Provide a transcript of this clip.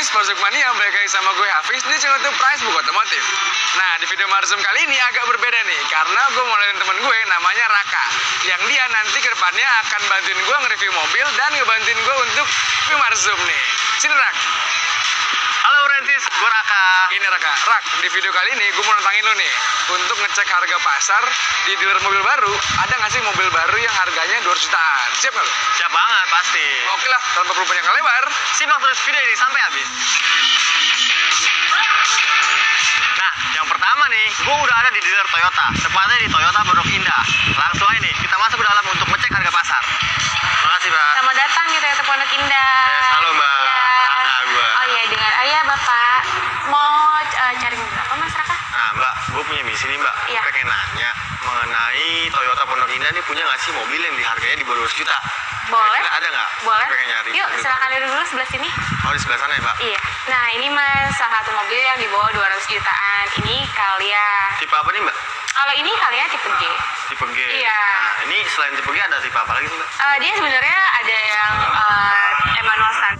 guys, Porsuk Mania, balik lagi sama gue Hafiz di channel YouTube Price Book Otomotif. Nah, di video Marsum kali ini agak berbeda nih, karena gue mau lihat temen gue namanya Raka, yang dia nanti ke depannya akan bantuin gue nge-review mobil dan ngebantuin gue untuk review Marsum nih. Sini Rak. Halo Francis, gue Raka. Ini Raka. Rak, di video kali ini gue mau nantangin lo nih untuk ngecek harga pasar di dealer mobil baru. Ada nggak sih mobil baru yang harganya 200 jutaan? Siap nggak lo? Siap banget, pasti. Oke lah, tanpa perlu banyak lebar. Simak terus video ini sampai habis. Nah, yang pertama nih, gue udah ada di dealer Toyota. Tepatnya di Toyota Pondok Indah. Langsung aja nih, kita masuk ke dalam untuk ngecek harga pasar. Terima kasih, Mbak. Selamat datang di Toyota Pondok Indah. Halo, Mbak. Raka gue. Oh iya, dengan ayah Bapak mau cari mobil apa Mas Raka? Nah, Mbak, gue punya misi nih, Mbak. Iya. Pengen nanya mengenai Toyota Pondok Indah nih punya nggak sih mobil yang diharganya di bawah 200 juta? Boleh. Kira-kira ada nggak? Boleh. Pengen nyari. Yuk, mobil. silakan dulu sebelah sini. Oh, di sebelah sana ya, Mbak? Iya. Nah, ini Mas salah satu mobil yang di bawah 200 jutaan. Ini Calya. Tipe apa nih, Mbak? Kalau ini Calya tipe G. Tipe G. Iya. Nah, ini selain tipe G ada tipe apa lagi sih, Mbak? Dia sebenarnya ada yang manual standar.